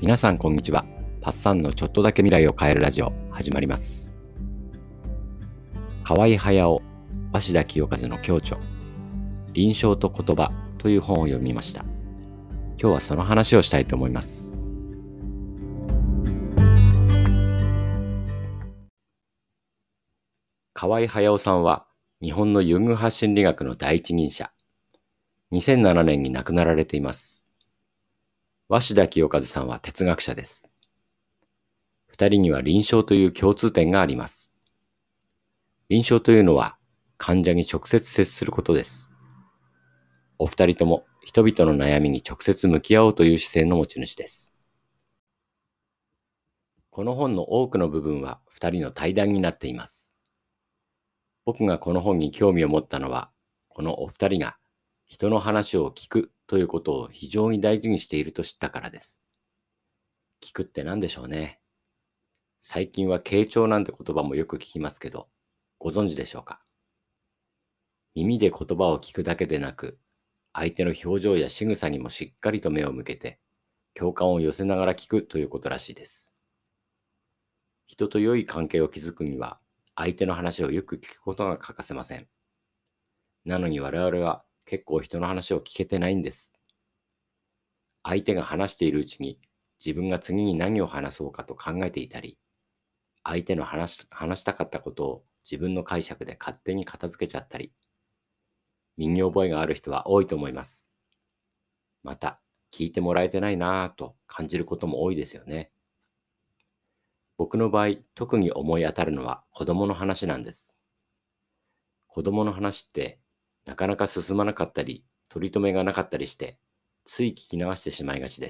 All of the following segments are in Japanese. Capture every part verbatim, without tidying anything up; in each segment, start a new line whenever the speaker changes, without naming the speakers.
皆さんこんにちは。パッサンのちょっとだけ未来を変えるラジオ始まります。河合駿、鷲田清和の共著、臨床と言葉という本を読みました。今日はその話をしたいと思います。河合駿さんは日本のユング派心理学の第一人者。にせんななねんに亡くなられています。鷲田清和さんは哲学者です。二人には臨床という共通点があります。臨床というのは患者に直接接することです。お二人とも人々の悩みに直接向き合おうという姿勢の持ち主です。この本の多くの部分は二人の対談になっています。僕がこの本に興味を持ったのは、このお二人が人の話を聞くということを非常に大事にしていると知ったからです。聞くって何でしょうね。最近は傾聴なんて言葉もよく聞きますけど、ご存知でしょうか。耳で言葉を聞くだけでなく、相手の表情や仕草にもしっかりと目を向けて、共感を寄せながら聞くということらしいです。人と良い関係を築くには、相手の話をよく聞くことが欠かせません。なのに我々は結構人の話を聞けてないんです。相手が話しているうちに、自分が次に何を話そうかと考えていたり、相手の話話したかったことを自分の解釈で勝手に片付けちゃったり、身に覚えがある人は多いと思います。また、聞いてもらえてないなぁと感じることも多いですよね。僕の場合、特に思い当たるのは子供の話なんです。子供の話ってなかなか進まなかったり、取り留めがなかったりして、つい聞き流してしまいがちです。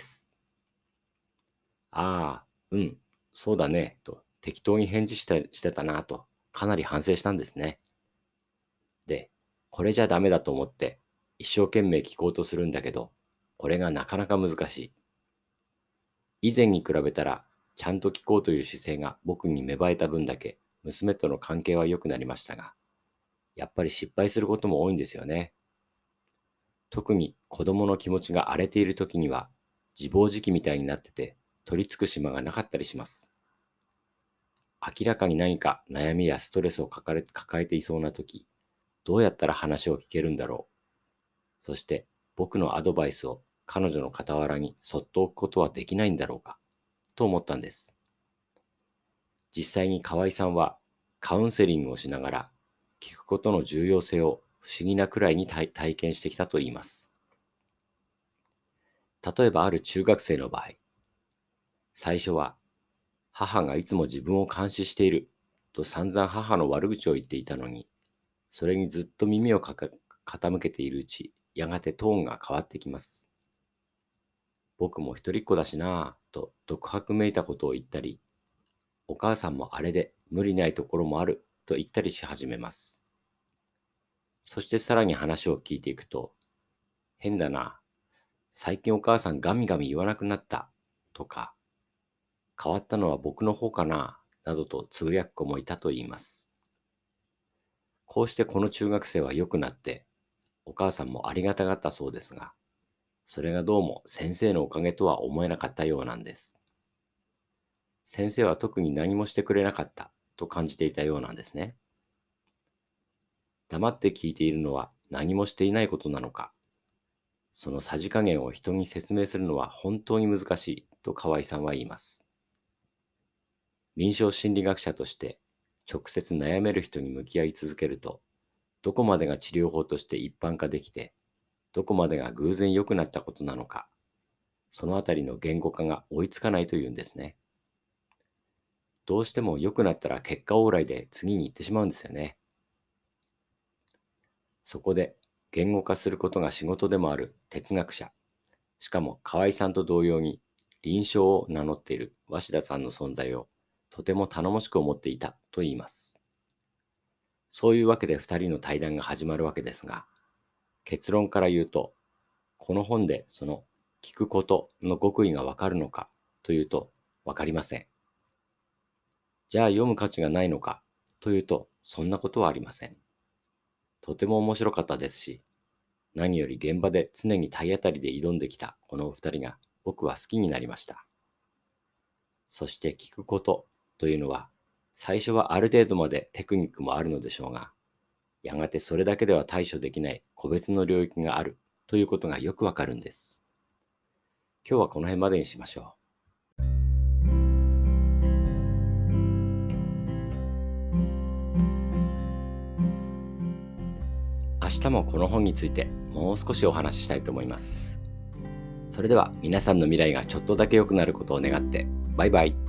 ああ、うん、そうだね、と適当に返事してしてたなぁとかなり反省したんですね。で、これじゃダメだと思って一生懸命聞こうとするんだけど、これがなかなか難しい。以前に比べたら、ちゃんと聞こうという姿勢が僕に芽生えた分だけ、娘との関係は良くなりましたが、やっぱり失敗することも多いんですよね。特に子供の気持ちが荒れている時には、自暴自棄みたいになってて、取り付く島がなかったりします。明らかに何か悩みやストレスを抱え抱えていそうな時、どうやったら話を聞けるんだろう。そして僕のアドバイスを彼女の傍らにそっと置くことはできないんだろうか、と思ったんです。実際に河合さんはカウンセリングをしながら聞くことの重要性を不思議なくらいに体体験してきたといいます。例えばある中学生の場合、最初は母がいつも自分を監視していると散々母の悪口を言っていたのに、それにずっと耳をかか傾けているうち、やがてトーンが変わってきます。僕も一人っ子だしなぁと独白めいたことを言ったり、お母さんもあれで無理ないところもあると言ったりし始めます。そしてさらに話を聞いていくと、変だな、最近お母さんガミガミ言わなくなったとか、変わったのは僕の方かな、などとつぶやく子もいたといいます。こうしてこの中学生は良くなって、お母さんもありがたがったそうですが、それがどうも先生のおかげとは思えなかったようなんです。先生は特に何もしてくれなかったと感じていたようなんですね。黙って聞いているのは何もしていないことなのか、そのさじ加減を人に説明するのは本当に難しいと河合さんは言います。臨床心理学者として直接悩める人に向き合い続けると、どこまでが治療法として一般化できて、どこまでが偶然良くなったことなのか、そのあたりの言語化が追いつかないというんですね。どうしても良くなったら結果オーライで次に行ってしまうんですよね。そこで言語化することが仕事でもある哲学者、しかも河合さんと同様に臨床を名乗っている鷲田さんの存在をとても頼もしく思っていたと言います。そういうわけで二人の対談が始まるわけですが、結論から言うと、この本でその聞くことの極意がわかるのかというとわかりません。じゃあ読む価値がないのかというとそんなことはありません。とても面白かったですし、何より現場で常に体当たりで挑んできたこのお二人が僕は好きになりました。 そして聞くことというのは、最初はある程度までテクニックもあるのでしょうが、やがてそれだけでは対処できない個別の領域があるということがよくわかるんです。今日はこの辺までにしましょう。明日もこの本についてもう少しお話ししたいと思います。それでは皆さんの未来がちょっとだけ良くなることを願って、バイバイ。